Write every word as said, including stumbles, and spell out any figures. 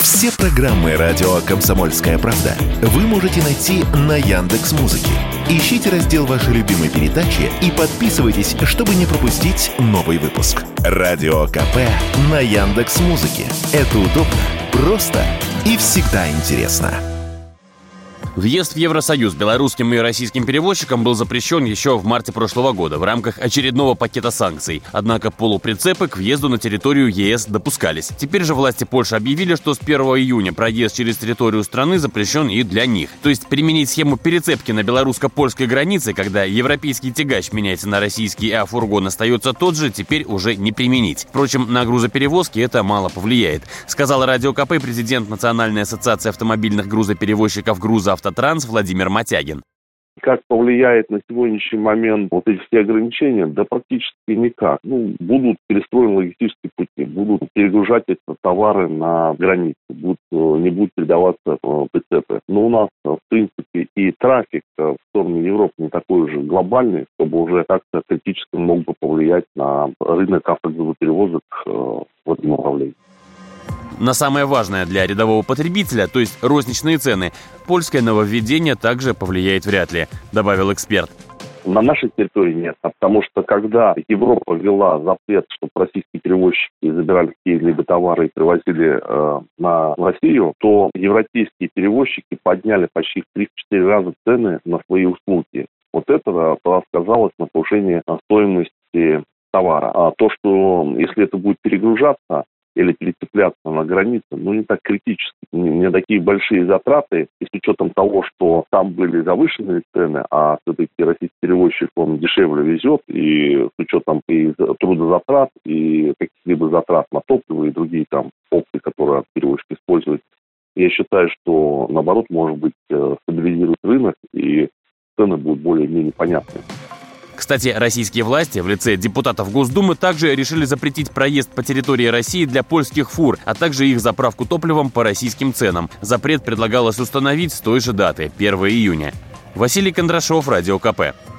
Все программы радио «Комсомольская правда» вы можете найти на Яндекс.Музыке. Ищите раздел вашей любимой передачи и подписывайтесь, чтобы не пропустить новый выпуск. Радио КП на Яндекс.Музыке. Это удобно, просто и всегда интересно. Въезд в Евросоюз белорусским и российским перевозчикам был запрещен еще в марте прошлого года в рамках очередного пакета санкций. Однако полуприцепы к въезду на территорию ЕС допускались. Теперь же власти Польши объявили, что с первого июня проезд через территорию страны запрещен и для них. То есть применить схему перецепки на белорусско-польской границе, когда европейский тягач меняется на российский, а фургон остается тот же, теперь уже не применить. Впрочем, на грузоперевозки это мало повлияет, сказал Радио КП президент Национальной ассоциации автомобильных грузоперевозчиков «Грузавтотранс» Владимир Матягин. Как повлияет на сегодняшний момент вот эти все ограничения? Да практически никак. Ну, будут перестроены логистические пути, будут перегружать эти товары на границе, будут, не будут передаваться прицепы. Но у нас, в принципе, и трафик в сторону Европы не такой уже глобальный, чтобы уже как-то критически мог бы повлиять на рынок автогрузоперевозок в этом направлении. На самое важное для рядового потребителя, то есть розничные цены, польское нововведение также повлияет вряд ли, добавил эксперт. На нашей территории нет, потому что когда Европа ввела запрет, чтобы российские перевозчики забирали какие-либо товары и привозили э, на Россию, то европейские перевозчики подняли почти в три-четыре раза цены на свои услуги. Вот это сказалось на повышении стоимости товара. А то, что если это будет перегружаться или перецепляться на границе, ну, не так критически. Не, не такие большие затраты, и с учетом того, что там были завышенные цены, а все-таки российский перевозчик, он дешевле везет, и с учетом и трудозатрат, и каких-либо затрат на топливо, и другие там опции, которые перевозчик использует, я считаю, что, наоборот, может быть, стабилизирует рынок, и цены будут более-менее понятны. Кстати, российские власти в лице депутатов Госдумы также решили запретить проезд по территории России для польских фур, а также их заправку топливом по российским ценам. Запрет предлагалось установить с той же даты, первого июня. Василий Кондрашов, Радио КП.